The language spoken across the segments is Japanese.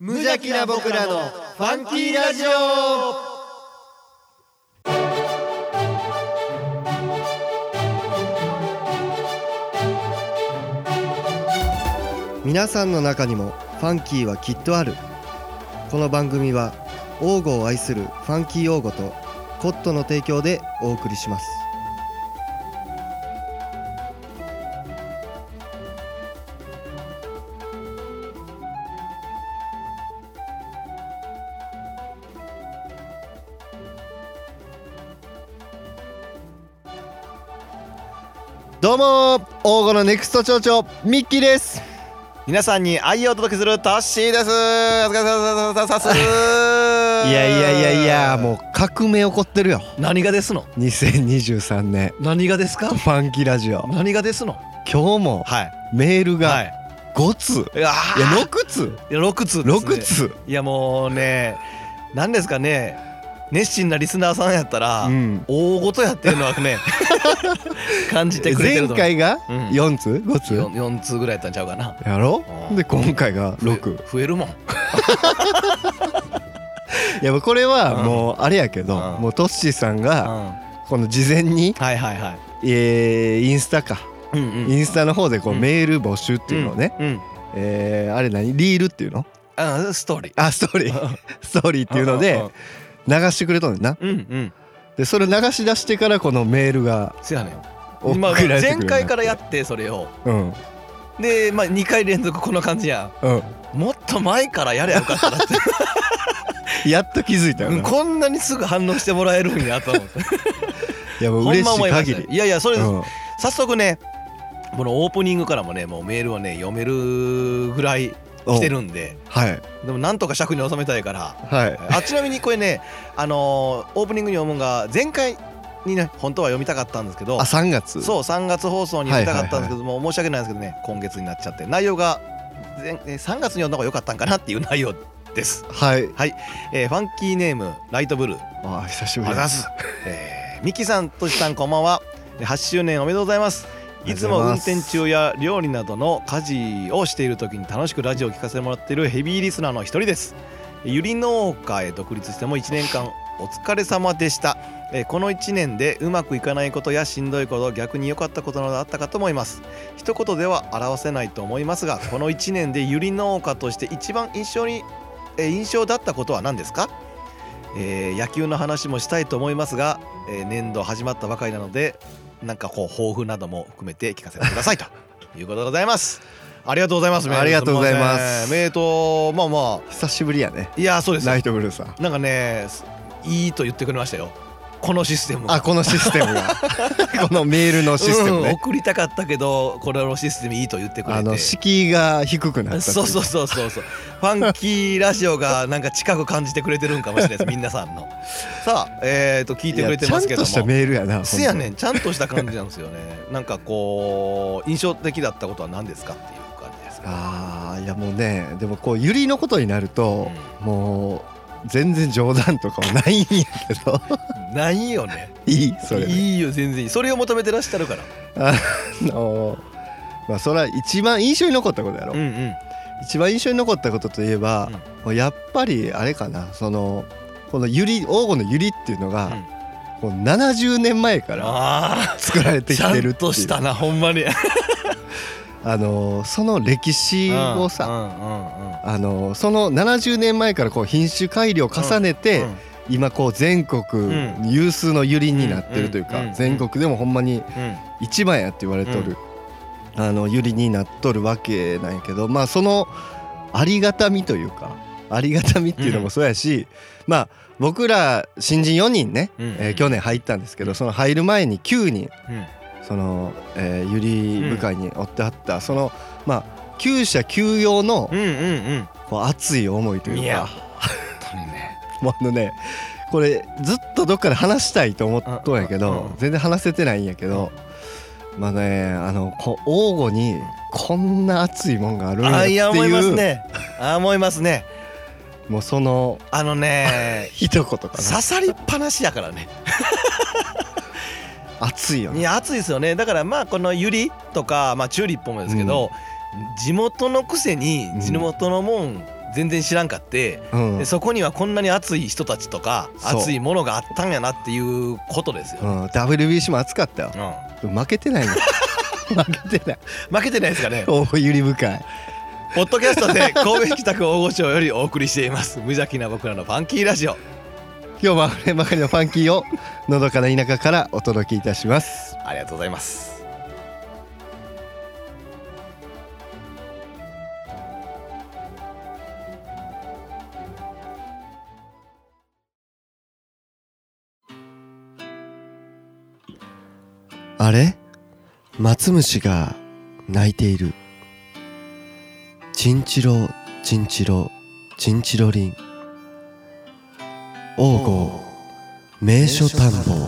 無邪気な僕らのファンキーラジオ。皆さんの中にもファンキーはきっとある。この番組は王語を愛するファンキー王語とコットの提供でお送りします。どうも王語のネクスト町長ミッキーです。 皆さんに愛をお届けするタッシーです。お疲れ様です。 いやもう革命起こってるよ。 何がですの 2023年何がですかファンキーラジオ。 何がですの今日もメールが5通、いや6通 6通ですね。6通いやもうね、何ですかね、熱心なリスナーさんやったら、大ごとやってるのはね感じてくれてると思う。 前回が4通5通 4通ぐらいやったんちゃうかな。 やろで今回が6 増えるもんいやこれはもうあれやけど、もうトッシーさんがこの事前にインスタか、インスタの方でこうメール募集っていうのをね、あれ何リールっていうの、 ストーリーストーリーっていうので流してくれたんだな。でそれ流し出してからこのメールが送られてくる。 前回からやってそれを、で2回連続この感じやん、もっと前からやればよかったなってやっと気づいたよな、 こんなにすぐ反応してもらえるんやと思っていやもう嬉しい限り。 いやそれ、早速ねこのオープニングからもねもうメールはね読めるぐらい来てるんで、でもなんとか尺に収めたいから、ちなみにこれねオープニングに読むのが前回にね本当は読みたかったんですけど、 3月そう3月放送に読みたかったんですけども、申し訳ないですけどね今月になっちゃって、内容が3月に読んだ方が良かったんかなっていう内容です。ファンキーネームライトブルー、 久しぶりです。 ミキさんとしさんこんばんは。8周年おめでとうございます。いつも運転中や料理などの家事をしている時に楽しくラジオを聞かせてもらっているヘビーリスナーの一人です。ゆり農家へ独立しても1年間お疲れ様でした。この1年でうまくいかないことやしんどいこと、逆に良かったことなどあったかと思います。一言では表せないと思いますが、この1年でゆり農家として一番印象だったことは何ですか？野球の話もしたいと思いますが、年度始まったばかりなのでなんかこう抱負なども含めて聞かせてくださいということでございます。ありがとうございます。 ありがとうございます。 久しぶりやね。 いやそうです。 ライトブルーさんなんかねいいと言ってくれましたよ、このシステム。 このシステムがこのメールのシステムね、 送りたかったけどこれのシステムいいと言ってくれて、 敷居が低くなった。 そうファンキーラジオがなんか近く感じてくれてるんかもしれないです皆さんの。さあ聞いてくれてますけども、 ちゃんとしたメールやな。 せやねん、ちゃんとした感じなんですよねなんかこう印象的だったことは何ですかっていう感じですか。 いやもうね、でもこうゆりのことになると、もう全然冗談とかはないんやけどないよね。 それいいよ、全然いい。それを求めてらっしゃるから。 それは一番印象に残ったことやろ。一番印象に残ったことといえば、やっぱりあれかな、この王吾のゆりっていうのが、こう70年前から作られてきてるっていう。 ちゃんとしたな、ほんまにその歴史をさ、その70年前からこう品種改良を重ねて、今こう全国有数のゆりになってるというか、全国でもほんまに一番やって言われとるゆりになっとるわけなんやけど、そのありがたみというか、ありがたみっていうのもそうやし、僕ら新人4人ね、去年入ったんですけど、その入る前に9人そのゆり部会におってあった、その厩舎休養のこう熱い思いというか、もうこれずっとどっかで話したいと思っとんやけど、全然話せてないんやけど、王吾にこんな熱いもんがあるんやっていう。 いや思いますね。思いますね。 もうその一言かな、 刺さりっぱなしやからね熱いよね。 いや熱いですよね。だからこのユリとかチューリップもですけど、地元のくせに地元のもん全然知らんかって、でそこにはこんなに熱い人たちとか熱いものがあったんやなっていうことですよ、 WBC も熱かったよ、負けてないの負けてないですかね。 ゆり深いポッドキャストで神戸北区大御町よりお送りしています無邪気な僕らのファンキーラジオ。 今日もあふれんばかりのファンキーをのどかな田舎からお届けいたします。 ありがとうございます。 あれ？松虫が鳴いている。チンチロチンチロチンチロリン。王郷名所探訪。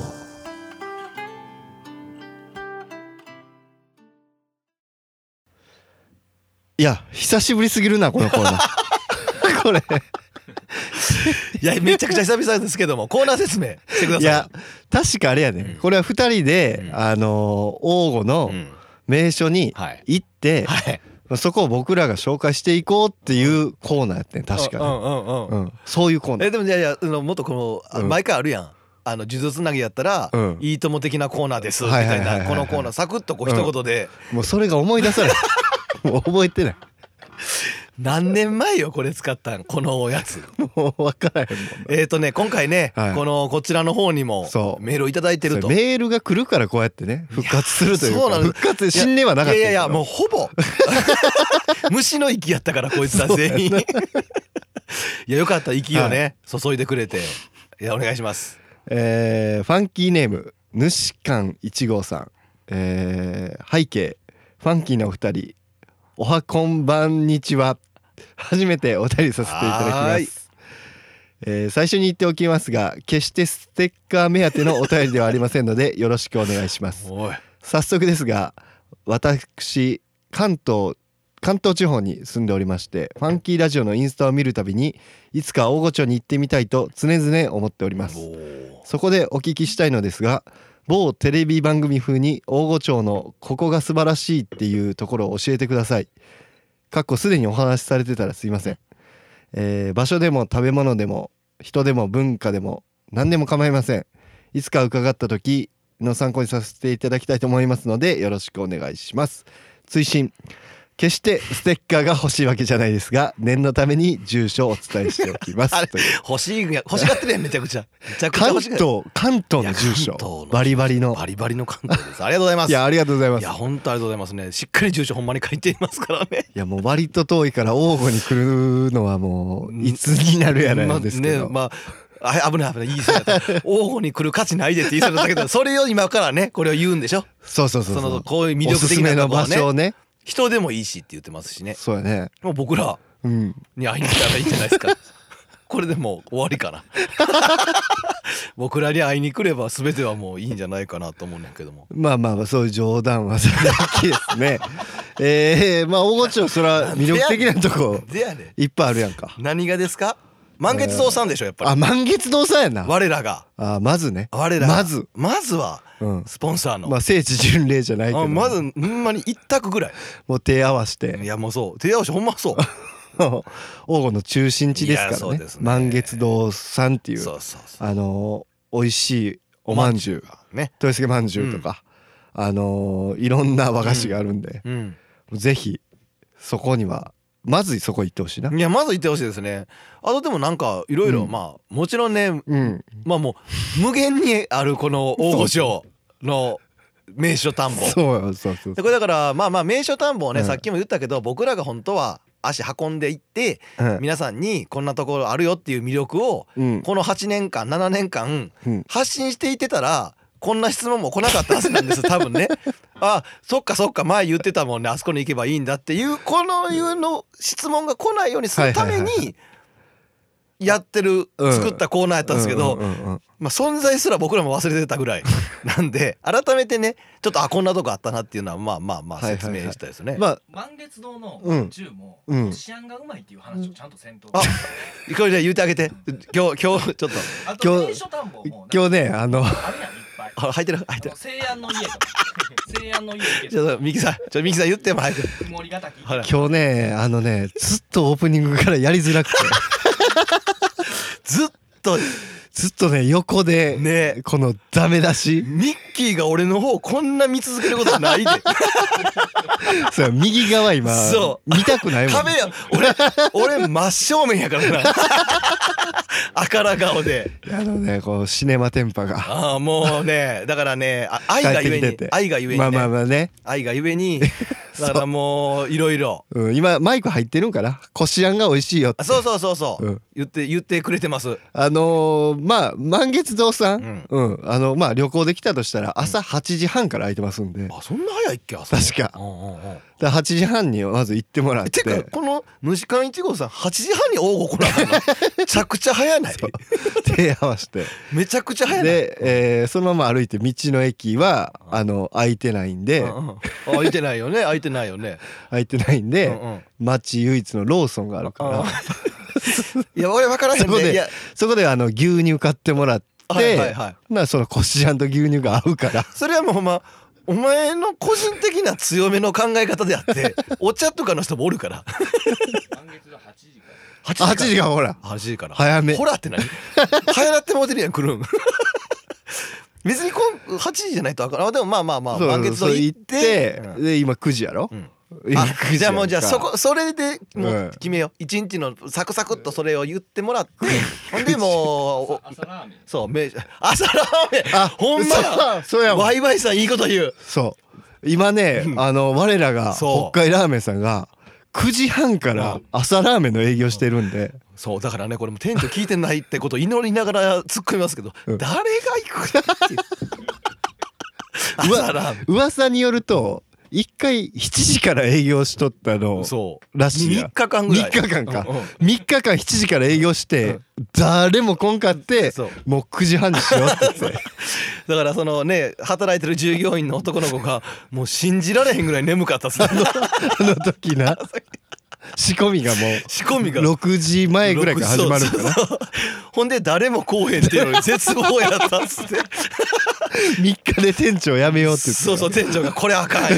いや久しぶりすぎるなこのコーナーこれいやめちゃくちゃ久々ですけどもコーナー説明してください。 いや確かあれやね、これは2人で、王吾の名所に行って、そこを僕らが紹介していこうっていうコーナーやってん確かに、そういうコーナー。 でもいやもっとこの、毎回あるやん呪術つなぎやったら、いいとも的なコーナーですみたいなこのコーナーサクッとこう一言で、 もうそれが思い出さないもう覚えてない。 何年前よこれ使ったんこのやつもう分からへんもんね。今回ね、こちらの方にもメールをいただいてると。 メールが来るからこうやってね復活するというか。そうなの。復活新年はなかった。 いやもうほぼ虫の息やったからこいつは全員いやよかった息をね、注いでくれて。いやお願いします。 ファンキーネーム主館1号さん、背景ファンキーなお二人おはこんばんにちは。初めてお便りさせていただきます。最初に言っておきますが決してステッカー目当てのお便りではありませんのでよろしくお願いします。早速ですが私関東地方に住んでおりまして、ファンキーラジオのインスタを見るたびにいつか大御町に行ってみたいと常々思っております。そこでお聞きしたいのですが、某テレビ番組風に大御町のここが素晴らしいっていうところを教えてください。すでにお話しされてたらすいません。場所でも食べ物でも人でも文化でも何でも構いません。いつか伺った時の参考にさせていただきたいと思いますのでよろしくお願いします。追伸、決してステッカーが欲しいわけじゃないですが念のために住所をお伝えしておきます欲しがってるやんめちゃくちゃ関東の住所バリバリの関東です。ありがとうございます。 いやありがとうございます。 いや本当ありがとうございますね。しっかり住所ほんまに書いていますからね。 いやもう割と遠いから王吾に来るのはもういつになるやらなんですけど、 危ない言い過ぎだった王吾に来る価値ないでって言い過ぎだったけどそれを今からねこれを言うんでしょ。 そうこういう魅力的なところをね、 おすすめの場所をね人でもいいしって言ってますしね。 そうやね。 もう僕らに会いに来たらいいんじゃないですかこれでもう終わりかな僕らに会いに来れば全てはもういいんじゃないかなと思うんだけども、 まあそういう冗談はさきですね大御町それは魅力的なとこいっぱいあるやんか。 何がですか。満月堂さんでしょやっぱり。 満月堂さんやな我らが。 まずねまずはスポンサーの聖地巡礼じゃないけどまずほんまに一択ぐらいもう手合わせて。 いやもうそう手合わせほんまそう王吾の中心地ですからね。満月堂さんっていう美味しいおまんじゅう豊助まんじゅうとかいろんな和菓子があるんで、ぜひそこにはまずそこ行ってほしいな。 いやまず行ってほしいですね。あとでもなんかいろいろもちろんね、もう無限にあるこの大御町の名所探訪。 そうこれだから名所探訪をね、さっきも言ったけど僕らが本当は足運んでいって、皆さんにこんなところあるよっていう魅力を、この8年間7年間、発信していってたらこんな質問も来なかったはずなんです多分ねそっか前言ってたもんねあそこに行けばいいんだっていうこのいうの質問が来ないようにするためにやってる作ったコーナーやったんですけど、存在すら僕らも忘れてたぐらいなんで改めてねちょっとこんなとこあったなっていうのは説明したいですね。 満月堂の中もこしあんがうまいっていう話をちゃんとせんと。 これじゃ言うてあげて今日ちょっとあと名所探訪も今日ねあるやんいっぱい入ってる入ってる。 西安の家西安の家ちょっとミキさん言っても早く。 曇りがたき今日ねずっとオープニングからやりづらくてずっとね横でねこのダメ出しミッキーが俺の方こんな見続けることないでそう右側今見たくないもん。 壁や俺真正面やからなあから顔でこうシネマテンパがもうねだからね愛がゆえにまあね愛がゆえにだからもういろいろ今マイク入ってるんかな。こしあんが美味しいよってそう、言ってくれてます。 まあ満月堂さんまあ旅行で来たとしたら朝8時半から空いてますんで。 あそんな早いっけ朝。 確かだ8時半にまず行ってもらって。 てかこの主観1号さん8時半に大ごこなのめちゃくちゃ早ない手合わせてめちゃくちゃ早いで、そのまま歩いて道の駅は空いてないんで空いてないよね空いてないよね空いてないんで町唯一のローソンがあるからいや俺分からへんね。 そこで牛乳買ってもらってそのこしあんと牛乳が合うからそれはもうほんまお前の個人的な強めの考え方であってお茶とかの人もおるから 8時間ほら 8時から早めほらって何早なってモデルやん来るん別に8時じゃないとあかん。でもまあ満月堂行ってで今9時やろ。 じゃあもうそれでもう決めよう。1日のサクサクっとそれを言ってもらってほんでもう朝ラーメン朝ラーメンほんまやそうやワイワイさんいいこと言う。 そう今ね我らが北海ラーメンさんが9時半から朝ラーメンの営業してるんで。 そうだからねこれも店長聞いてないってことを祈りながら突っ込みますけど誰が行くって朝ラーメン噂によると1回7時から営業しとったのらしいや。 3日間ぐらい 3日間か3日間7時から営業して誰も来んかってもう9時半にしようって言ってだからそのね働いてる従業員の男の子がもう信じられへんぐらい眠かったっすあの時な仕込みが6時前ぐらいから始まるからほんで誰も来おへんっていうのに絶望やったっつって 3日で店長辞めようって言ってそう店長がこれあかん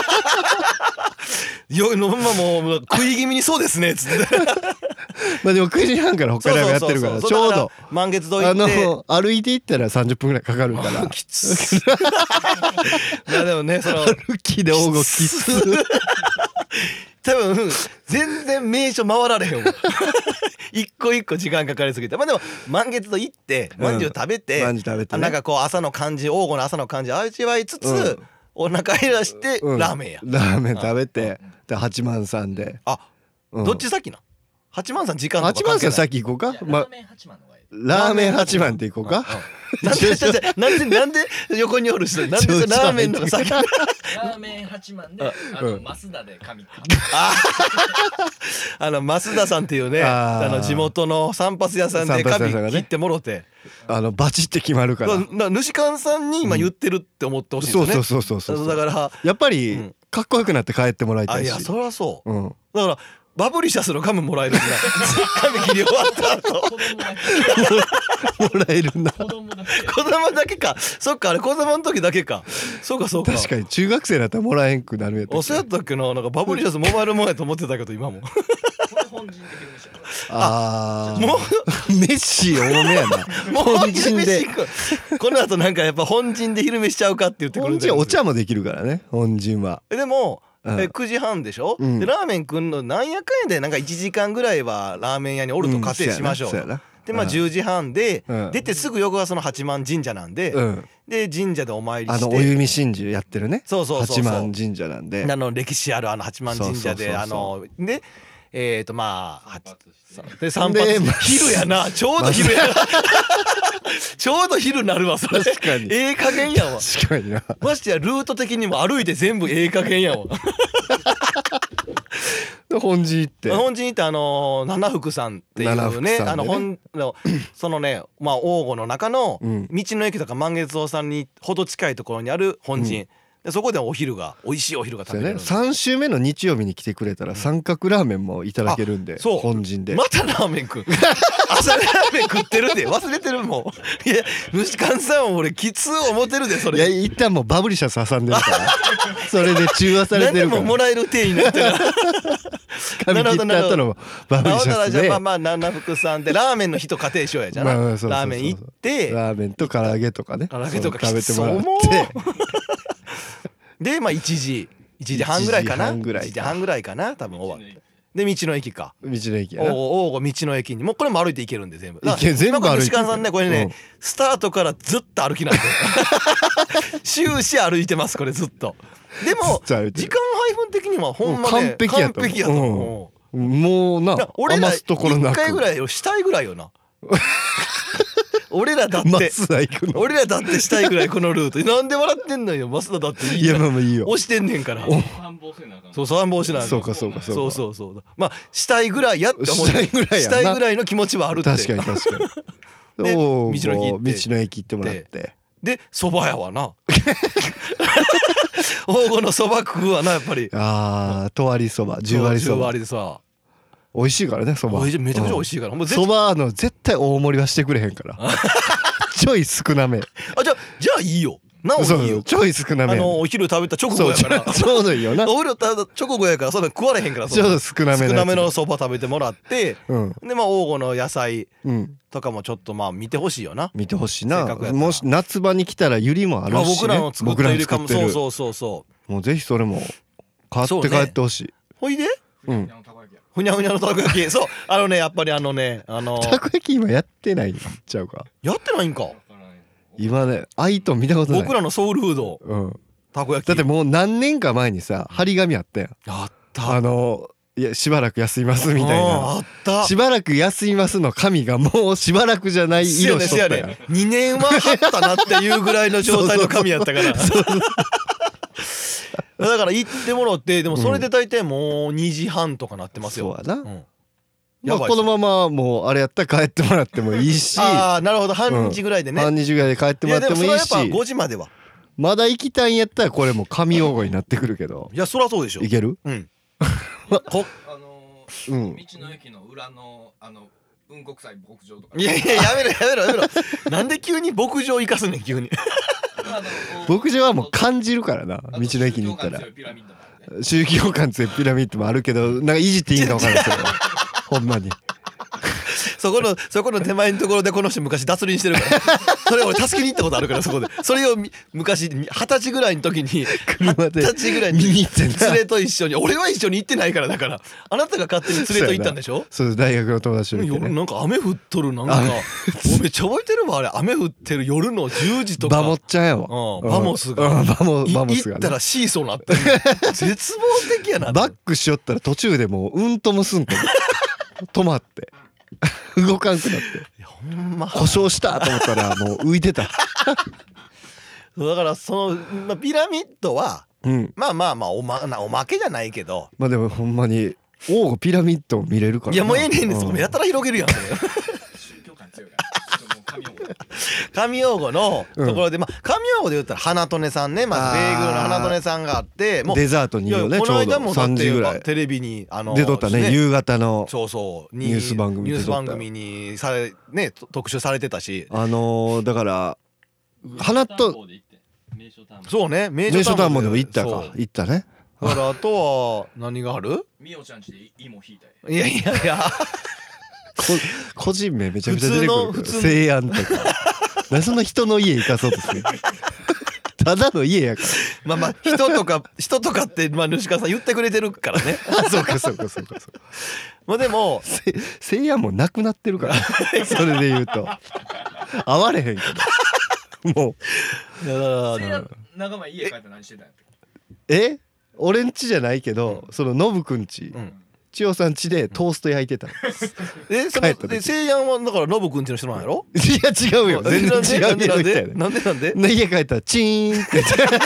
もう食い気味にそうですねっつってまあでも9時半から北海道やってるからちょうど満月堂行って歩いて行ったら30分ぐらいかかるからきついやでもね歩きで大ごきつ多分全然名所回られへんわ一個一個時間かかりすぎてまあでも満月堂行ってまんじゅう食べてなんかこう朝の感じ黄金の朝の感じ味わいつつお腹減らしてラーメンやラーメン食べてで八幡さんでどっち先な八幡さん時間とか八幡さん先行こうか。ラーメン八幡って行こうか。 なんで横におる人なんでラーメンの先ラーメン八幡で増田で神増田さんっていうね地元の散髪屋さんで髪切ってもろてバチって決まるから主観さんに今言ってるって思ってほしいですね。 そうだからやっぱりかっこよくなって帰ってもらいたいし。 いやそりゃそうだからバブリシャスのガムもらえるんだ髪切り終わった後もらえるんだ。 子供だけか。そっかあれ子供の時だけか。そうか確かに中学生だったらもらえんくなるやつ。 そうやったっけな。なんかバブリシャスモバイルもんやと思ってたけど今も本陣で昼飯もうメッシ多めやな本陣でこの後なんかやっぱ本陣で昼飯しちゃうかって言ってくるんだよ。 お茶もできるからね本陣は。 でも9時半でしょ、でラーメン食んのなんやかんやでなんか1時間ぐらいはラーメン屋におると仮定しましょう、でまあ10時半で出てすぐ横がその八幡神社なんで、で神社でお参りしてお弓神事やってるね。 そう八幡神社なんで歴史ある八幡神社ででまあで散髪昼やなちょうど昼やなちょうど昼なるわそれ。 確かに加減やわ。 確かにな。 ましてやルート的にも歩いて全部加減やわ本陣行って七福さんっていうねそのねまあ王吾の中の道の駅とか満月堂さんにほど近いところにある本陣、 でそこでお昼が美味しいお昼が食べれるんで、 3週目の日曜日に来てくれたら三角ラーメンもいただけるんで、 そう本陣でまたラーメン食う朝ラーメン食ってるで忘れてるもん。いや虫かさん俺きつ思ってるでそれ。 いや一旦もうバブリシャス挟んでるからそれで中和されてるから何ももらえる体になってる髪切った後のバブリシャスで、 じゃあまあ七福さんでラーメンの日と家庭賞やじゃな、 まあそうそうそうそうラーメン行ってラーメンと唐揚げとかね、 唐揚げとか食べてもらってでまあ1時半ぐらいかな、1時半ぐらいかな多分終わって、で道の駅か、 道の駅やな、 道の駅にもうこれも歩いて行けるんで全部全部歩いて石川さんねこれね、スタートからずっと歩きなんで終始歩いてますこれずっと。でも時間配分的にはほんまね完璧やと思う。 もうな俺ら余すところなく 1回ぐらいしたいぐらいよな俺らだってしたいぐらいこのルートなんで笑ってんのよ増田だっていいからいいよ押してんねんからそう参謀しなそうかそうまあしたいぐらいやって思うしたいぐらいの気持ちはあるって確かにで道の駅行ってもらってで蕎麦屋はな黄金の蕎麦食うわなやっぱりとわりそば10割そば 10割でさ美味しいからねそばめちゃくちゃ美味しいからそば絶対大盛りはしてくれへんからちょい少なめじゃあいいよなおいいよちょい少なめお昼食べた直後やからちょうどいいよなお昼食べた直後やからそんな食われへんからちょうど少なめのそば食べてもらってでまあ黄金の野菜とかもちょっとまあ見てほしいよな見てほしいな。もし夏場に来たらユリもあるし僕らの作ったユリかもそうもうぜひそれも買って帰ってほしい。 ほいでふにゃふにゃのたこ焼きそうやっぱりたこ焼き今やってないんちゃうか。 やってないんか今ねアイトン見たことない。 僕らのソウルフードたこ焼きだってもう何年か前にさ張り紙あったやん。 あったいやしばらく休みますみたいなあったしばらく休みますの紙がもうしばらくじゃない色しとったやん。 2年は貼ったなっていうぐらいの状態の紙やったからだから行ってもらってでもそれで大体もう2時半とかなってますよ。 そうやなこのままもうあれやったら帰ってもらってもいいしなるほど半日ぐらいでね半日ぐらいで帰ってもらってもいいしいやでもそれはやっぱ5時まではまだ行きたいんやったらこれも神用語になってくるけどいやそりゃそうでしょいける道の駅の裏の雲国祭牧場とかいややめろなんで急に牧場行かすねん急に牧場はもう感じるからな道の駅に行ったら宗教観強いピラミッドもあるけどなんかいじっていいんか分からないですよほんまにそこの手前のところでこの人昔脱輪してるからそれ俺助けに行ったことあるからそこでそれを昔20歳ぐらいの時に車で 20歳ぐらいに連れと一緒に俺は一緒に行ってないからだからあなたが勝手に連れと行ったんでしょ。 そう大学の友達と夜なんか雨降っとるなんかめっちゃ覚えてるわあれ雨降ってる夜の10時とかバモっちゃんやわバモスが行ったらシーソーなって絶望的やな。 バックしよったら途中でもうともすんと止まって動かんくなってほんま故障したと思ったらもう浮いてただからピラミッドはまあおまけじゃないけどまあでもほんまにピラミッドを見れるからいやもうええねんですやたら広げるやん上大御のところで上大御で言ったら花とねさんねまずベーグルの花とねさんがあってデザートにいるよねちょうど3時ぐらいテレビに出とったね夕方のニュース番組に特集されてたしだから花とそうね名所探訪でも行ったね。 だからあとは何があるみおちゃんちで芋引いたいや個人名めちゃくちゃ出てくる西安とか何そんな人の家行かそうとするただの家やからまあ人とかって主川さん言ってくれてるからねそうかまあでも西安もなくなってるからそれで言うと会われへんけどもう西安仲間家帰ったら何してたんやった俺ん家じゃないけどそのノブくん家千代さん家でトースト焼いてた西安はだからノブくんちの人なんやろ。 いや違うよ全然違うなんで家帰ったらチーンって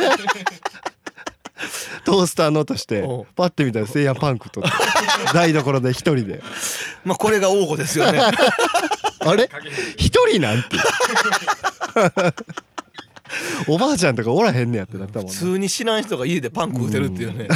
トースターの音してパッて見たら西安パンクとって台所で一人でまあこれが王子ですよねあれ一人なんておばあちゃんとかおらへんねやってなったもんね。 普通に知らん人が家でパン食うてるっていうね、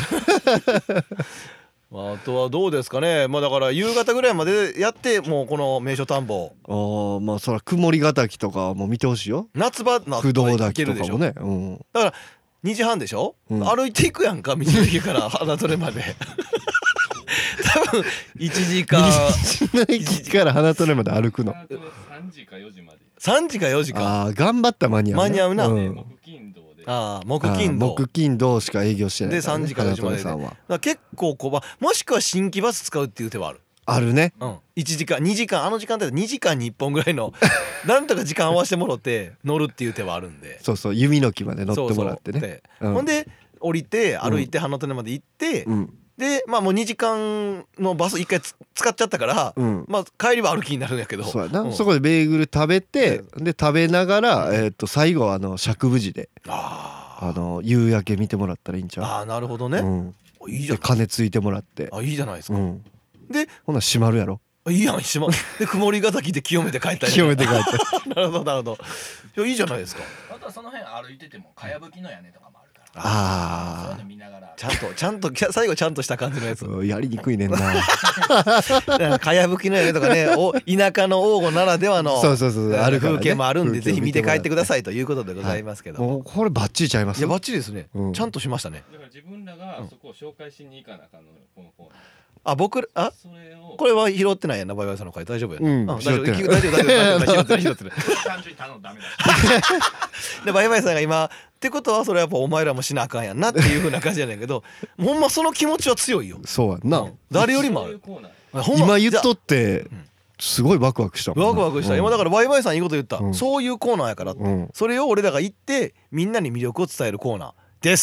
あとはどうですかね。まあだから夕方ぐらいまでやってもうこの名所探訪、 まあそら曇りヶ滝とかも見てほしいよ。 夏場な不動滝とかもね、 だから2時半でしょ、歩いていくやんか、道の駅から花トレまで多分1時間道の駅から花トレまで歩くの 3時か4時まで。 3時か4時か。 頑張った間に合う、 間に合うな。 木金土で。 木金土しか営業してないで3時から4時までで、だから結構もしくは新規バス使うっていう手はあるね。 1時間2時間、あの時間だと2時間に1本ぐらいのなんとか時間合わせてもらって乗るっていう手はあるんで、 そう弓の木まで乗ってもらってね。 ほんで降りて歩いて花種まで行って、でまあもう2時間のバス1回使っちゃったから、まあ帰りは歩きになるんやけど、 そうやな、そこでベーグル食べて、で食べながら最後は釈部寺で夕焼け見てもらったらいいんちゃう。 なるほどね。いいじゃん。 鐘ついてもらって。 いいじゃないですか。でほな閉まるやろ。 いいやん、閉まる。で曇りヶ滝で清めて帰ったり。 清めて帰ったなるほどなるほど。いやいいじゃないですか。 あとはその辺歩いててもかやぶきの屋根とかもあるから、そういうの見ながらちゃんと最後ちゃんとした感じのやつやりにくいねんな。 かやぶきの屋根とかね、田舎の王吾ならではの風景もあるんで、ぜひ見て帰ってくださいということでございますけど、 もうこれバッチリちゃいます。 いやバッチリですね。ちゃんとしましたね。 だから自分らがそこを紹介しに行かなあかんのよ、このコーナー。 僕これは拾ってないやんな、バイバイさんの回。大丈夫やな。 拾ってない。 大丈夫拾ってる。 単純に頼んだダメだ。 でバイバイさんが今ってことはそれはやっぱお前らもしなあかんやんなっていう風な感じやねんけど、ほんまその気持ちは強いよ。 そうやんな。 誰よりもある。 今言っとってすごいワクワクしたもん。 ワクワクした。今だからバイバイさんいいこと言った。そういうコーナーやからって。それを俺らが言ってみんなに魅力を伝えるコーナーです。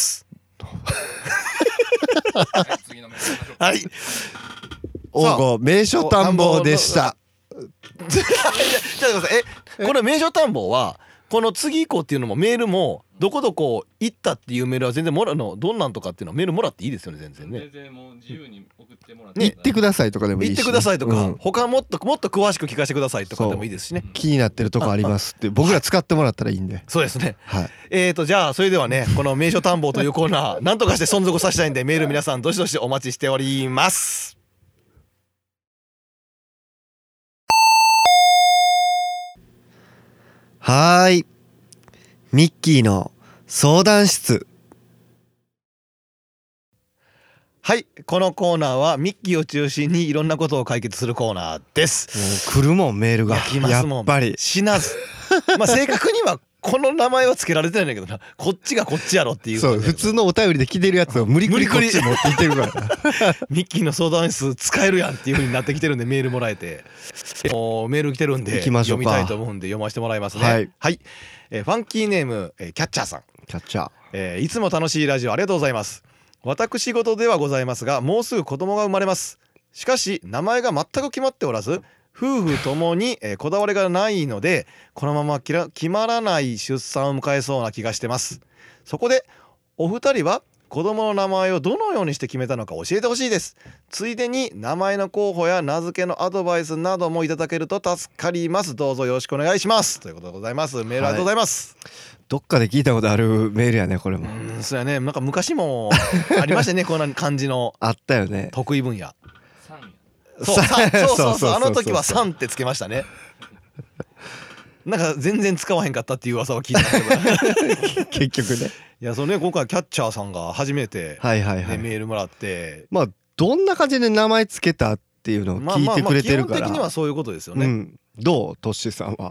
はい。 王吾名所探訪でした。 ちょっと待って、これ名所探訪はこの次以降っていうのもメールもどこどこ行ったっていうメールは全然もらうの、どんなんとかっていうのはメールもらっていいですよね。全然ね。 全然もう自由に送ってもらって。 行ってくださいとかでもいいし。 行ってくださいとか、他もっと詳しく聞かせてくださいとかでもいいですしね。 気になってるとこありますって僕ら使ってもらったらいいんで。 そうですね。 はい。 じゃあそれではね、この名所探訪というコーナーなんとかして存続させたいんで、メール皆さんどしどしお待ちしております。 はい。ミッキーの相談室。 はい、このコーナーはミッキーを中心にいろんなことを解決するコーナーです。 来るもんメールが。 来ますもん。やっぱり死なず。まあ正確にはこの名前は付けられてないんだけどな、こっちがこっちやろっていう。 そう、普通のお便りで来てるやつを無理くりこっち持ってきてるからミッキーの相談室使えるやんっていう風になってきてるんで、メールもらえて、メール来てるんで読みたいと思うんで読ませてもらいますね。はい、ファンキーネームキャッチャーさん。 キャッチャー、いつも楽しいラジオありがとうございます。私事ではございますが、もうすぐ子供が生まれます。しかし名前が全く決まっておらず、夫婦ともにこだわりがないので、このまま決まらない出産を迎えそうな気がしてます。そこでお二人は子供の名前をどのようにして決めたのか教えてほしいです。ついでに名前の候補や名付けのアドバイスなどもいただけると助かります。どうぞよろしくお願いします、ということでございます。メールありがとうございます。 どっかで聞いたことあるメールやね、これも。 そうやね、なんか昔もありましたねこんな感じの。 あったよね、 得意分野。そうあの時は3ってつけましたね。なんか全然使わへんかったっていう噂は聞いたけど結局ね。 いや、それね、今回キャッチャーさんが初めてメールもらって、 まあどんな感じで名前つけたっていうのを聞いてくれてるから、 基本的にはそういうことですよね。 どうトッシーさんは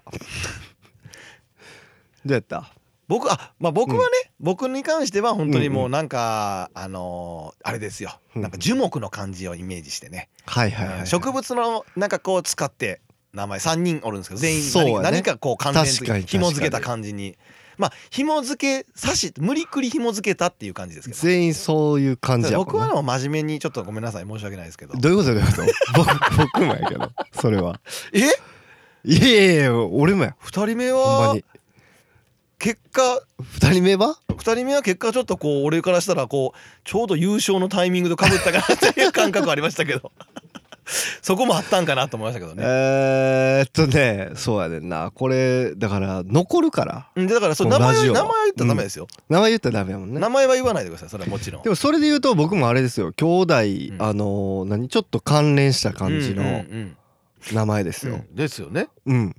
どうやった？ 僕はね、僕に関しては本当にもうなんかあれですよ、なんか樹木の感じをイメージしてね、植物のなんかこう使って名前3人おるんですけど、全員何かこう関連付け紐付けた感じに、まあ紐付け無理くり紐付けたっていう感じですけど、 全員そういう感じやもん。 僕は真面目にちょっとごめんなさい、申し訳ないですけど。 どういうこと僕もやけどそれは。いや俺もや。 2人目は結果 2人目は結果ちょっとこう俺からしたらこうちょうど優勝のタイミングとかぶったかなっていう感覚ありましたけどそこもあったんかなと思いましたけどね。 そうやねんな。これだから残るから。 だからそう名前言ったらダメですよ。 名前言ったらダメやもんね。 名前は言わないでください。それはもちろん。 でもそれで言うと僕もあれですよ。兄弟何ちょっと関連した感じの名前ですよ。 ですよね。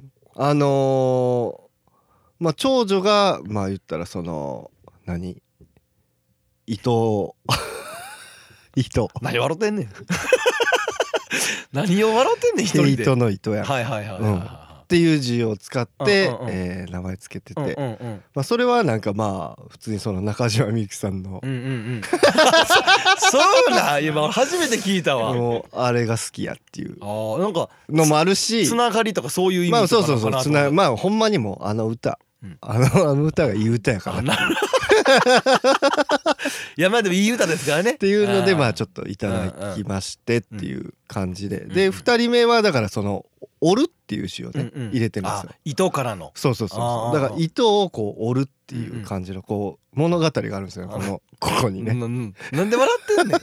まあ長女がまあ言ったらその伊藤何笑ってんねん。何を笑ってんねん一人で。 糸の糸やん。 はいはいはいっていう字を使って名前つけてて、まあそれはなんかまあ普通にその中島みゆきさんのそうな、今初めて聞いたわ。 もうあれが好きやっていうなんかのもあるし、 つながりとかそういう意味とかそうまあほんまにもあの歌がいい歌やからいやまあでもいい歌ですからねっていうのでまあちょっといただきましてっていう感じで、で2人目はだからその折るっていう詩をね入れてるんですよ。 糸からのそうだから糸をこう折るっていう感じのこう物語があるんですよ、ここにね。 なんで笑ってんねん。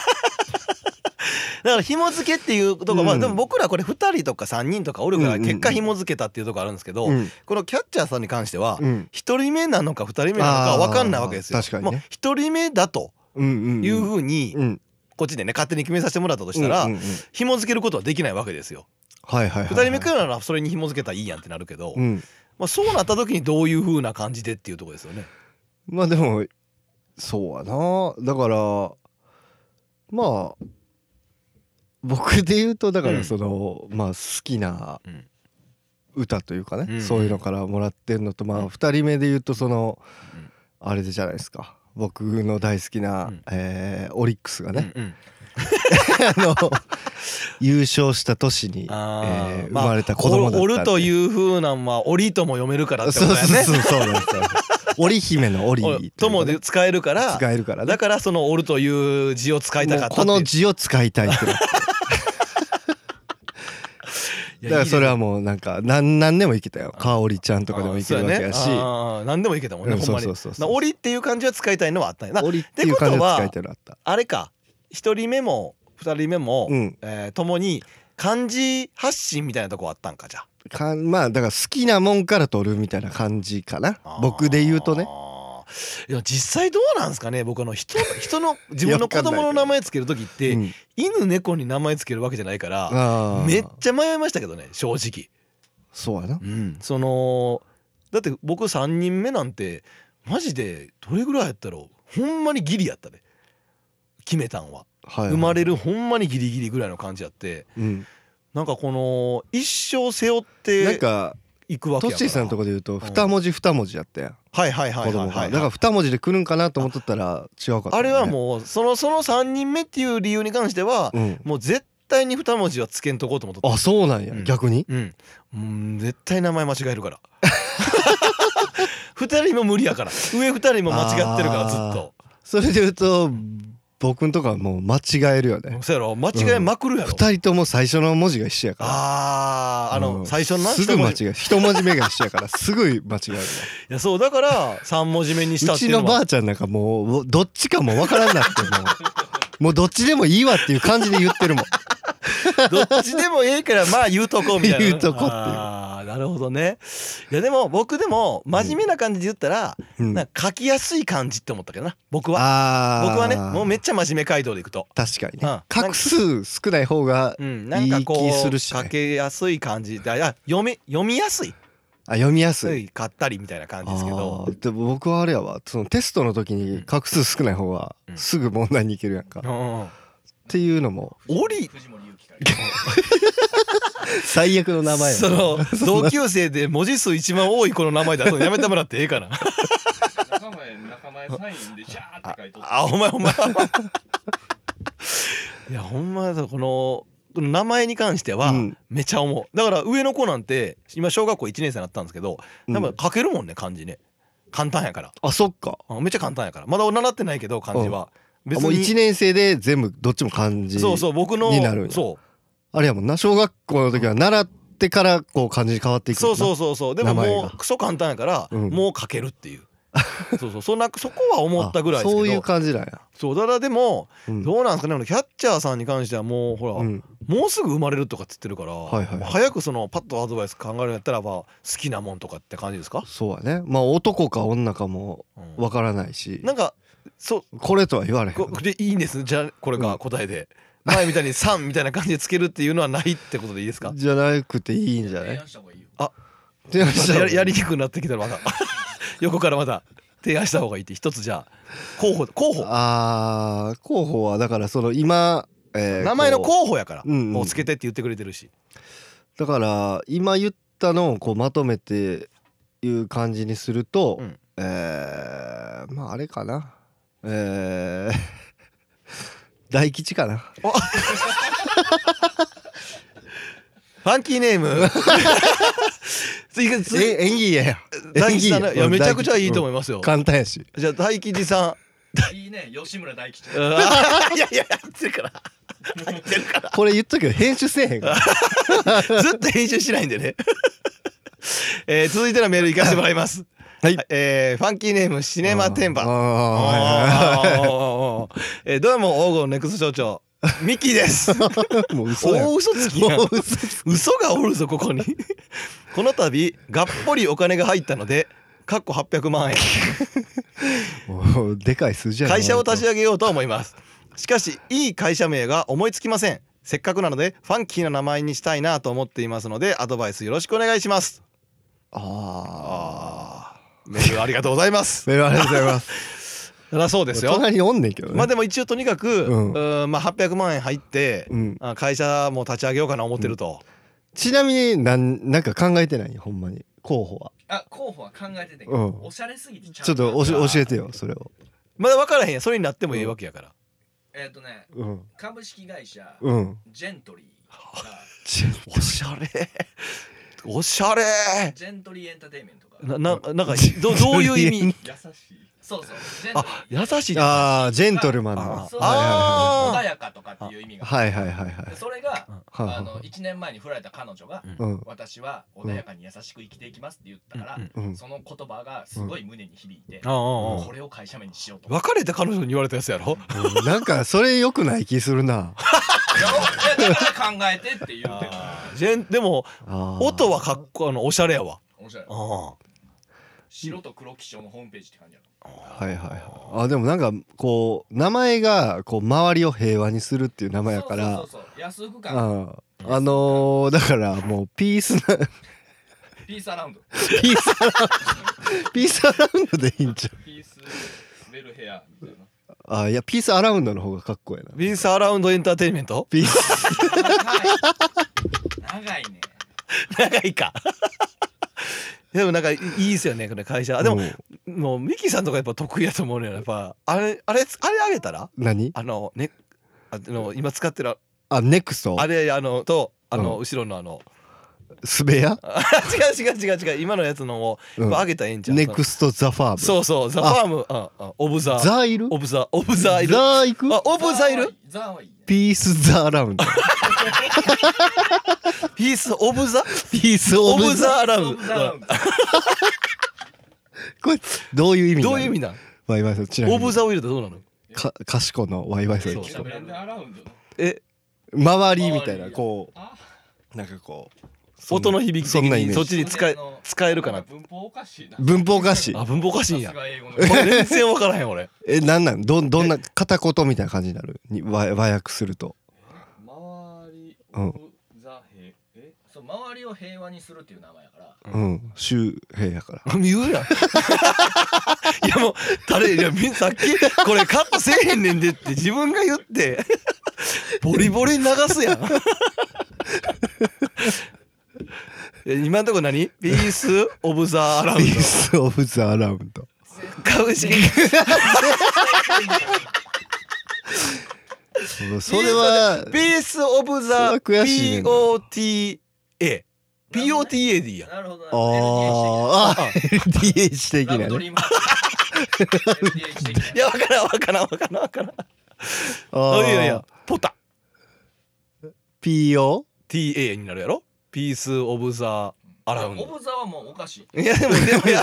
だから紐付けっていうとこ、まあでも僕らこれ2人とか3人とかおるから結果紐付けたっていうとこあるんですけど、このキャッチャーさんに関しては1人目なのか2人目なのか分かんないわけですよ。もう1人目だというふうにこっちでね勝手に決めさせてもらったとしたら紐付けることはできないわけですよ。2人目からならそれに紐付けたらいいやんってなるけど、まあそうなった時にどういうふうな感じでっていうとこですよね。 まあでもそうやな。だからまあ僕で言うとだからそのまあ好きな歌というかね、そういうのからもらってるのと、まあ2人目で言うとそのあれじゃないですか、僕の大好きなオリックスがね優勝した年に生まれた子供だったんで、 おるという風なまあ折とも読めるからってことだよね。 そうなんですよ。織姫の織ともで使えるからね、 だからその折るという字を使いたかったっていう。 この字を使いたいってなってだからそれはもうなんか何でもいけたよ。かおりちゃんとかでもいけるわけやし、 何でもいけたもんね、ほんまに。折っていう漢字は使いたいのはあったんやな。 折っていう漢字は使いたいのはあった。 あれか、1人目も2人目もともに漢字発信みたいなとこあったんか。じゃあまあだから好きなもんから取るみたいな感じかな、僕で言うとね。 いや実際どうなんですかね。僕人の自分の子供の名前つける時って、犬猫に名前つけるわけじゃないからめっちゃ迷いましたけどね、正直。 そうやな。 そのだって僕3人目なんてマジでどれぐらいやったろう、ほんまにギリやったで決めたんは。生まれるほんまにギリギリぐらいの感じやって、なんかこの一生背負ってなんか行くわけやから。 トッシーさんのとこで言うと2文字2文字やったやん。 はいだから2文字で来るんかなと思っとったら違うかった、ね、 あれはもうその3人目っていう理由に関しては、もう絶対に2文字はつけんとこうと思っとった。 あ、そうなんや、逆に絶対名前間違えるから2人も無理やから、上2人も間違ってるからずっと。 それで言うと僕んとこはもう間違えるよね。 そうやろ、間違えまくるやろ。 2人とも最初の文字が一緒やから。 最初のすぐ間違える。1文字目が一緒やからすぐ間違える。いやそうだから3文字目にしたっていうのは。 うちのばあちゃんなんかもうどっちかもわからんなってもうどっちでもいいわっていう感じで言ってるもん。 どっちでもええからまあ言うとこうみたいな。 言うとこっていう。 なるほどね。いやでも僕でも真面目な感じで言ったら、なんか書きやすい感じって思ったけどな、僕はね。もうめっちゃ真面目街道でいくと確かにね、画数少ない方がいい気するし、 書けやすい感じで、読みやすい。 読みやすい買ったりみたいな感じですけど。 でも僕はあれやわ、そのテストの時に画数少ない方がすぐ問題にいけるやんか、っていうのも最悪の名前や。 その同級生で文字数一番多い子の名前だとやめてもらってええかな。 仲前サインでジャーって書いとって。 お前いやほんまこの名前に関してはめちゃ思う。だから上の子なんて今小学校1年生になったんですけど、多分書けるもんね、漢字ね。簡単やから。 あ、そっか。 めっちゃ簡単やから。まだ習ってないけど漢字は別にもう1年生で全部どっちも漢字僕のになるんや。あれやもんな、小学校の時は習ってからこう漢字に変わっていく。 そうでももうクソ簡単やからもう書けるっていう。 そうそこは思ったぐらいですけど。 そういう感じなんや。 そうだからでも、どうなんですかね、キャッチャーさんに関してはもうほら、もうすぐ生まれるとかっつってるから、早くそのパッとアドバイス考えるんやったら好きなもんとかって感じですか？ そうやね。まあ男か女かもわからないし、 なんかこれとは言われへん。 でいいんです。じゃあこれが答えで、前みたいに3みたいな感じでつけるっていうのはないってことでいいですか？ じゃなくていいんじゃない？ あ、やりにくくなってきたらまた横からまた提案した方がいいって一つじゃあ候補候補はだからその今、 名前の候補やからもうつけてって言ってくれてるし、 だから今言ったのをこうまとめていう感じにすると、まああれかな、大吉かな。 ファンキーネーム演技や。 大吉さん、いやめちゃくちゃいいと思いますよ。 簡単やし。 じゃあ大吉さんいいね、吉村大吉。 いや入ってるからこれ言っとくけど編集せえへんからずっと編集しないんでね続いてのメールいかせてもらいます。はい、ファンキーネームシネマテンバ。どうも黄金ネクスト町長ミキです。 もう嘘やん。 大嘘つきやん。嘘がおるぞここに。この度がっぽりお金が入ったのでかっこ800万円もうでかい数字やな。 会社を立ち上げようと思います。しかしいい会社名が思いつきません。せっかくなのでファンキーな名前にしたいなと思っていますのでアドバイスよろしくお願いします。メールありがとうございます。 メールありがとうございますそうですよ。 隣におんねんけどね。 まあでも一応とにかく、まあ800万円入って、会社も立ち上げようかな思ってると。 ちなみになんか考えてないほんまに候補は。 候補は考えてて、おしゃれすぎてちょっと教えてよそれを。 まだ分からへんや。それになってもいいわけやから。 株式会社ジェントリー。おしゃれ。おしゃれ。 ジェントリーエンターテインメントか。 なんかどういう意味？ 優しい。そう優しい。 ジェントルマンの。 穏やかとかっていう意味が。 はい。 それが1年前に振られた彼女が私は穏やかに優しく生きていきますって言ったから、その言葉がすごい胸に響いて、これを会社名にしようと。 別れた彼女に言われたやつやろ。 なんかそれ良くない気するな。 だから考えてって言ってる。 でも音はかっこおしゃれやわ。 おしゃれ。白と黒基調のホームページって感じやろ。 でもなんかこう名前がこう周りを平和にするっていう名前やから、 安福感。 だからもうピースアラウンド。 ピースアラウンドでいいんちゃう。 ピースベルヘアみたいな。いやピースアラウンドの方がかっこいいな。 ピースアラウンドエンターテインメント。 ピース長いね。 長いか。でもなんかいいですよねこれ会社。でももうミキさんとかやっぱ得意やと思うのよ。やっぱあれあげたら何今使ってるネクストあれと後ろのスベア違う今のやつのをあげたらええんちゃう。 ネクストザファーム。 そうザファームオブザザいるオブザいる。 ザいく。 オブザいる。 ピースザアラウンド。 ピースオブザアラウンド。 これどういう意味？ どういう意味なん？ ワイワイさんちなみに。 オブザを入れたらどうなの？ かしこのワイワイさん。周りみたいなこうなんかこう音の響き的にそっちに使えるかな。 文法おかしいな。 文法おかしい。 文法おかしいんや。全然分からへん俺。 なんどんな片言みたいな感じになる？和訳すると。 周りを平和にするっていう名前やから。 周平やから。 言うやん。いやもうさっきこれカットせえへんねんでって自分が言ってボリボリ流すやん。今んとこ何？ピースオブザアラウンド。 ピースオブザアラウンド。 株式。 それはピースオブザ POTA。POTA でいいや。 なるほど。 LDH 的なね。 いやわからん。いやポタ。 POTA TA になるやろ。ピースオブザアラウンド。 オブザはもうおかしい。 いやでもやっぱ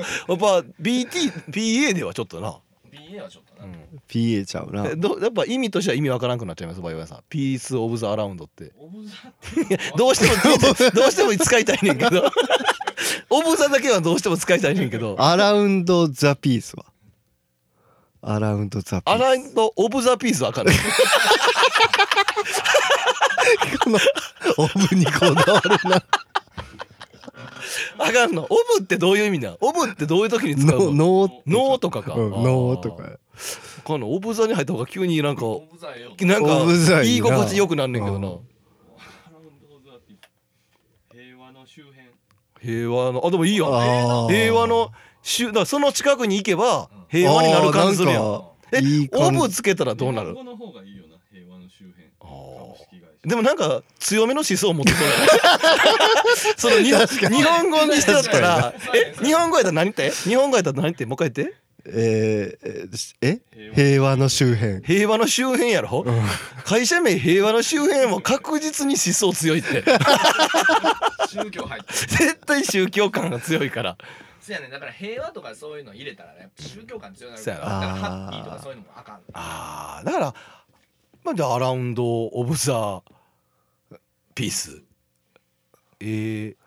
PA ではちょっとな。 PA はちょっとな。 PA ちゃうな。 やっぱ意味としては意味わからなくなっちゃいますバイオさん。ピースオブザアラウンドって。 オブザってどうしても使いたいねんけど。オブザだけはどうしても使いたいねんけど。 アラウンドザピースは。アラウンドザピース。 アラウンドオブザピースわかる。 このオブにこだわるな。 あかんの。オブってどういう意味な？オブってどういう時に使うの？ノーとかか。 ノーとか。 このオブザに入った方が急になんかオブザよ。 言い心地よくなんねんけどな。 平和の周辺。 平和のでもいいやん。平和のだからその近くに行けば平和になる感じするやん。オブつけたらどうなる？ この方がいいよな。平和の周辺。 でもなんか強めの思想を持ってこない。その日本語にしてだったら日本語やったら何って？日本語やったら何ってもう一回言って。 平和の周辺。 平和の周辺やろ、会社名平和の周辺も確実に思想強いって。 宗教入ってる。 絶対宗教感が強いから。 そうやね。だから平和とかそういうの入れたらね、宗教感強くなるから。だからハッピーとかそういうのもあかん。 だからまあじゃあアラウンドオブザピース。ネ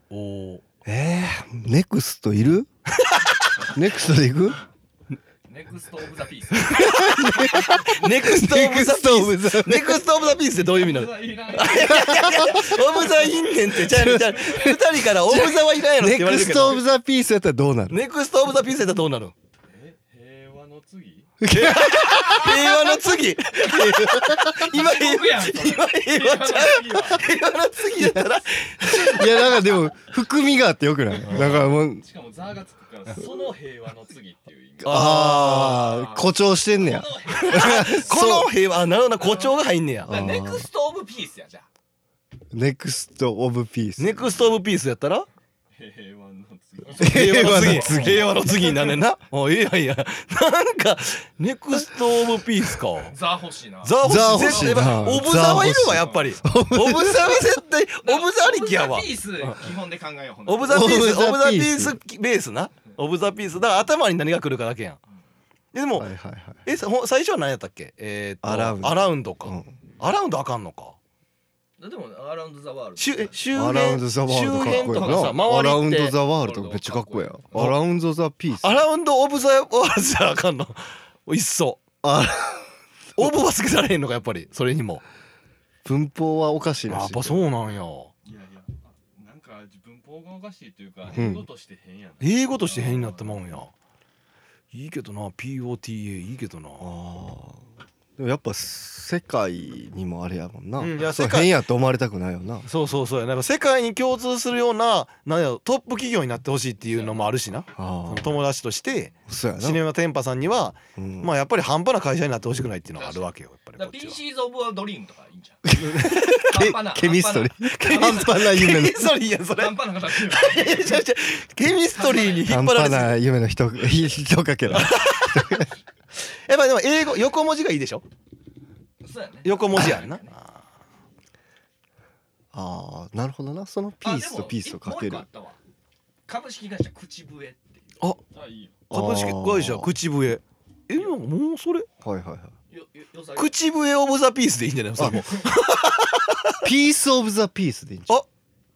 クストいる？ネクストでいく？ ネクストオブザピース。 ネクストオブザピース。ネクストオブザピースってどういう意味なの？オブザいんねんってちゃう2人からオブザはいらんやろって言われるけど。 ネクストオブザピースやったらどうなる？ ネクストオブザピースやったらどうなる？ 平和の次？ 平和の次。今平和ちゃう。平和の次やったら。 いやなんかでも含みがあってよくない？だからもう。 しかもザがつくからその平和の次っていう意味。 誇張してんねや。 この平和なるほど誇張が入んねや。 ネクストオブピースやじゃあ。 ネクストオブピース。 ネクストオブピースやったら？ 平和の次。 平和の次になんねんな。いやいやなんかネクストオブピースか。 ザ欲しいな。 ザ欲しいな。オブザはいるわやっぱり。オブザは絶対オブザありきやわ。 オブザピース基本で考えよう。 オブザピースベースな。オブザピースだから頭に何が来るかだけやん。でも最初は何やったっけ？アラウンドか。アラウンドあかんのか。 でもアラウンドザワールド。 アラウンドザワールドかっこいいな。アラウンドザワールドめっちゃかっこいいや。アラウンドザピース。 アラウンドオブザワールドじゃあかんの。いっそ。オブはつけられへんのかやっぱりそれにも。 文法はおかしいらしい。 やっぱそうなんや。いやなんか文法がおかしいというか英語として変やな。 英語として変になったもんや。いいけどな POTA いいけどな。 でもやっぱ世界にもあれやもんな。変やと思われたくないよな。 そうや。なんか世界に共通するようなトップ企業になってほしいっていうのもあるしな。友達としてシネマテンパさんにはまあやっぱり半端な会社になってほしくないっていうのがあるわけよやっぱり。 ピーシーズオブドリームとかいいんじゃん。 ケミストリー。半端な夢の。 ケミストリーやそれ。 半端な形。 ケミストリーに引っ張られて。 半端な夢の人かけら。 やっぱでも英語横文字がいいでしょ。 そうやね。 横文字やんな。 なるほどな。そのピースとピースをかける。 株式会社口笛っていう。 株式会社口笛。もうそれ。口笛オブザピースでいいんじゃないですか。 ピースオブザピースでいいんじゃん。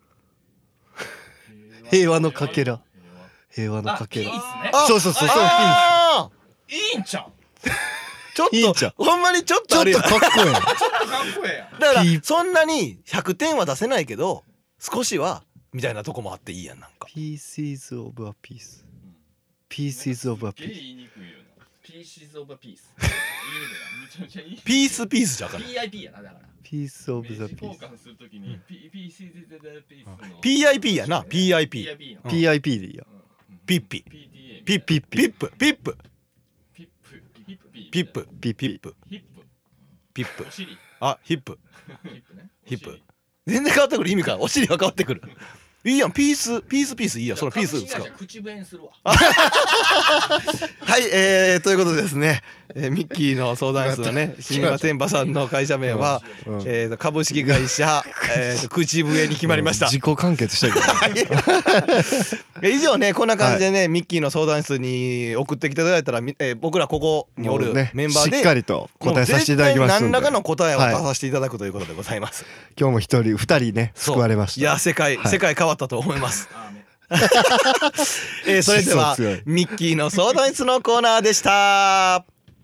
平和のかけら。平和のかけら。そう。ピース。 いいんちゃう。 ちょっとほんまにちょっとあるやん。 ちょっとかっこええ。 ちょっとかっこええやん。 だからそんなに100点は出せないけど少しはみたいなとこもあっていいやんなんか。 Pieces of a piece。Pieces of a piece。 言いにくいよな。Pieces of a piece。 ピースじゃん。 PIP やなだから。 Piece of the piece。 交換するときに PIP やな。PIP。 PIP でいいや。 ピップ。あ、ヒップ。全然変わってくる意味か。お尻は変わってくる。いいやん。ピースいいや。そのピースですか。 口笛にするわ。 はい、ということでですね、 ミッキーの相談室のね新馬天馬さんの会社名は株式会社口笛に決まりました。 自己完結してる以上ねこんな感じでね、ミッキーの相談室に送ってきていただいたら、僕らここにおるメンバーでしっかりと答えさせていただきます何らかの答えを出させていただくということでございます。 今日も1人2人ね救われました。 いや世界変わったと思います。それではミッキーの相談室のコーナーでした。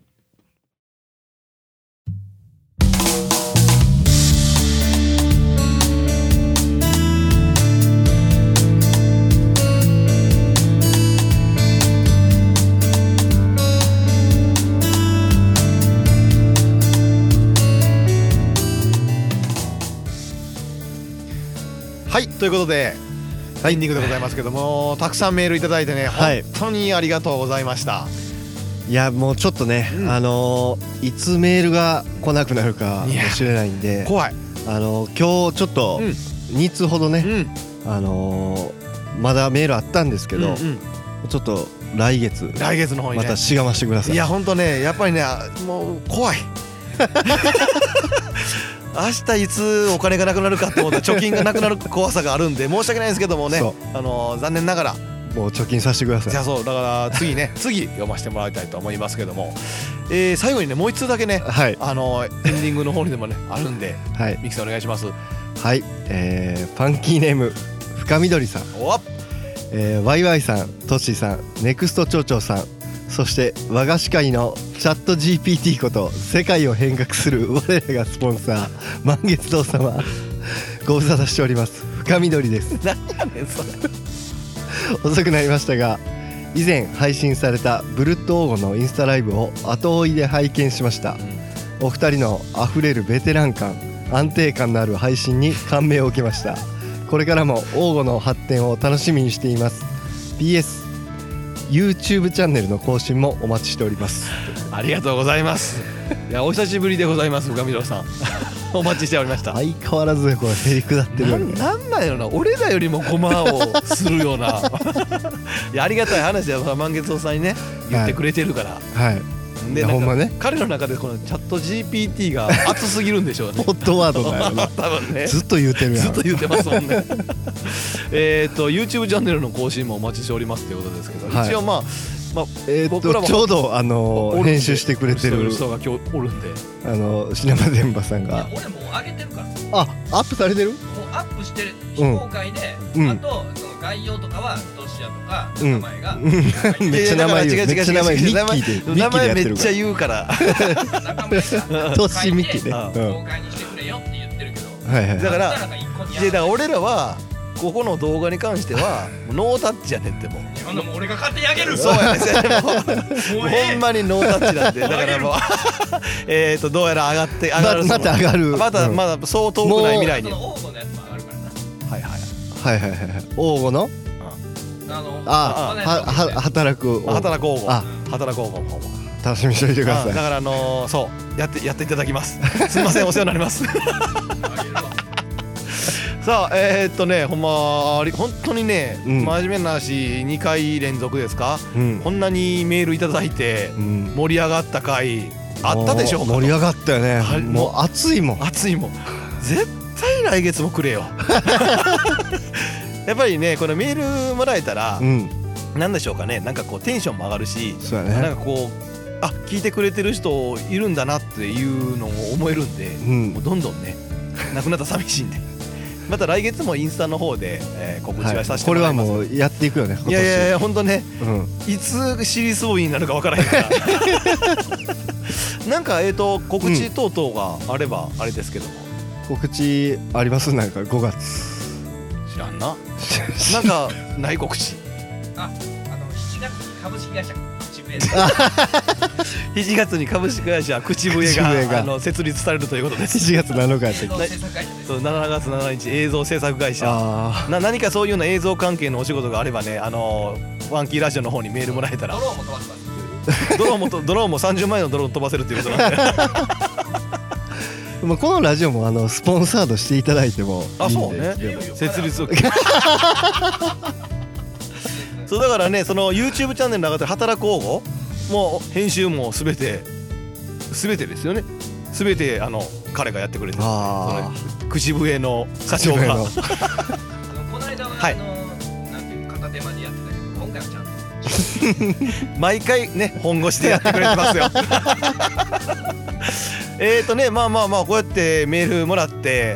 はいということでエンディングでございますけども、たくさんメールいただいてね、本当にありがとうございました。 いやもうちょっとね、いつメールが来なくなるかもしれないんで怖い。 今日ちょっと2通ほどね、まだメールあったんですけど、ちょっと来月の方にねまたしがましてください。 いや本当ねやっぱりねもう怖い明日いつお金がなくなるかと思ったら貯金がなくなる怖さがあるんで申し訳ないですけどもね、残念ながらもう貯金させてください。 じゃあそうだから次読ませてもらいたいと思いますけども、最後にねもう一通だけね、エンディングの方にでもねあるんで、ミキさんお願いします。 はい、ファンキーネーム深緑さん、ワイワイさん、トッシーさん、ネクスト町長さん、そして和菓子界のチャット GPT こと世界を変革する我らがスポンサー満月堂様ご無沙汰しております深緑です。 何やねんそれ遅くなりましたが以前配信されたブルッド黄金のインスタライブを後追いで拝見しました。お二人のあふれるベテラン感安定感のある配信に感銘を受けました。これからも黄金の発展を楽しみにしています。 PS YouTube チャンネルの更新もお待ちしております。 ありがとうございます。いやお久しぶりでございます深緑さんお待ちしておりました。 相変わらずこれへりくだってるよね。 なんなんやろな、俺らよりもゴマをするようないやありがたい話だよ満月堂さんにね言ってくれてるから、でほんまね彼の中でこのチャット GPT が熱すぎるんでしょうねホットワードだよね多分ねずっと言うてるやん。 ずっと言ってますもんねYouTube チャンネルの更新もお待ちしておりますということですけど、一応僕らもちょうど編集してくれてる人が今日おるんでシネマ電波さんが俺もう上げてるから。 アップされてる？ もうアップしてる非公開で、あとその概要とかはトシヤとか名前がめっちゃ名前言う。めっちゃ名前ミッキーで名前めっちゃ言うからトシミッキーね公開にしてくれよって言ってるけど、 だから俺らはここの動画に関してはノータッチやねんってもう俺が勝手にあげる。 そうやねほんまにノータッチなんでだからもうどうやら上がるまた上がるまだそう遠くない未来に黄金のやつも上がるからな。 はい黄金の働く黄金楽しみにしておいてください。 だからそうやっていただきますすいませんお世話になりますさあほんま本当にね、真面目な話2回連続ですか、こんなにメールいただいて盛り上がった回あったでしょうか。 盛り上がったよね。もう熱いもん絶対来月もくれよやっぱりねこのメールもらえたら、なんでしょうかね、なんかこうテンションも上がるし、なんかこう聞いてくれてる人いるんだなっていうのを思えるんで、もうどんどんねなくなったら寂しいんでまた来月もインスタの方で、告知はさせてもらいます。 これはもうやっていくよね。 いや本当ね、いつシリーズボーイになるかわからへんからなんか告知等々があればあれですけども、 告知あります？なんか5月知らんななんかない告知 7月に株式会社口笛 7月に株式会社口笛が設立されるということです。 7月7日って 7月7日映像制作会社何かそういうような映像関係のお仕事があればねワンキーラジオの方にメールもらえたら。 ドローンも飛ばせます。 ドローンも30万円のドローン飛ばせるということなんでこのラジオもスポンサードしていただいてもいいんで。 そうね設立をそうだからねその YouTube チャンネルの中で働く応募もう編集も全て全てですよね。全て彼がやってくれてる、口笛の社長が。 この間はなんていう片手間にやってたけど、今回はちゃんと毎回ね本腰でやってくれてますよ。まあこうやってメールもらって、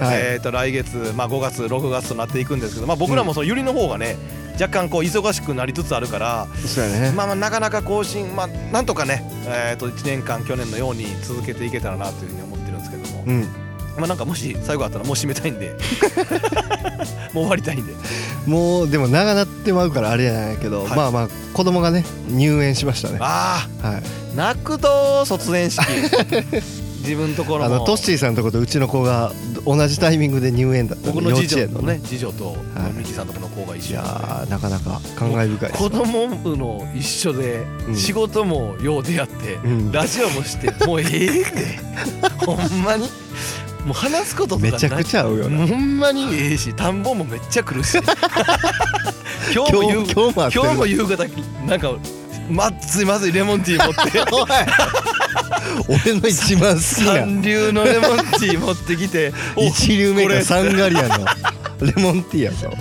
来月、5月6月となっていくんですけど、僕らもそのゆりの方がね若干こう忙しくなりつつあるから、なかなか更新、なんとかね、1年間去年のように続けていけたらなというふうに思ってるんですけども、なんかもし最後あったらもう締めたいんでもう終わりたいんで、 もうでも長なってまうからあれじゃないけど、子供がね入園しましたね。 泣くと卒園式自分のところもトッシーさんのところとうちの子が同じタイミングで入園だった。 僕の次女のね、次女とミキさんのところの子が一緒。 いやなかなか感慨深いです。 子供の一緒で仕事もよう出会って、ラジオもしてもうってほんまにもう話すこととかめちゃくちゃ合うよな。 ほんまにし、田んぼもめっちゃ来るし今日も夕方なんかまずいレモンティー持って俺の一番好きな三流のレモンティー持ってきて一流目がサンガリアのレモンティーやぞ。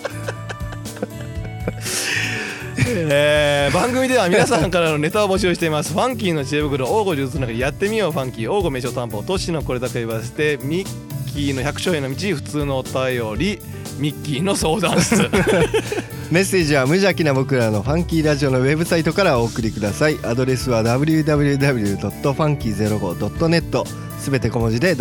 番組では皆さんからのネタを募集しています。ファンキーの知恵袋、王吾術の中でやってみようファンキー、王吾名所担保、トシのこれだけ言わせて、ミッキーの百姓への道、普通のお便り、ミッキーの相談室メッセージは無邪気な僕らのファンキーラジオのウェブサイトからお送りください。アドレスは www.funky05.net、 すべて小文字で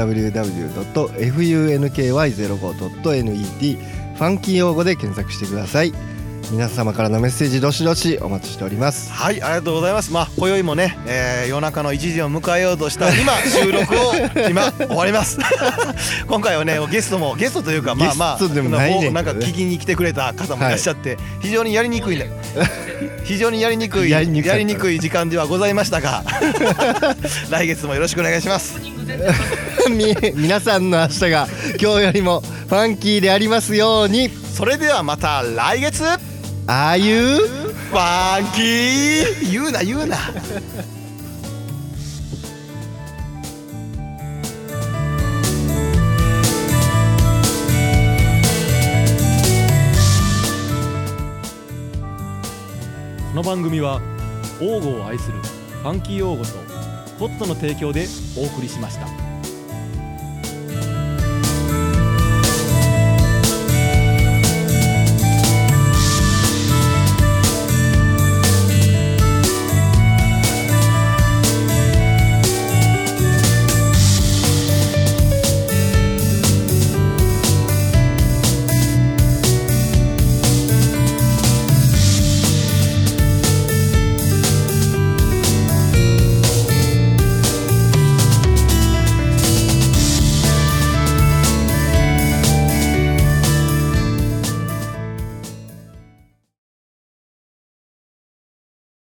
www.funky05.net、 ファンキー用語で検索してください。皆様からのメッセージどしどしお待ちしております。 はい、ありがとうございます。今宵もね、夜中の1時を迎えようとした今収録を今終わります今回はねゲストというかなんか聞きに来てくれた方もいらっしゃって、非常にやりにくい時間ではございましたが来月もよろしくお願いします皆さんの明日が今日よりもファンキーでありますように。 それではまた来月、 ああいうファンキー言うなこの番組は王吾を愛するファンキー王吾とホットの提供でお送りしました。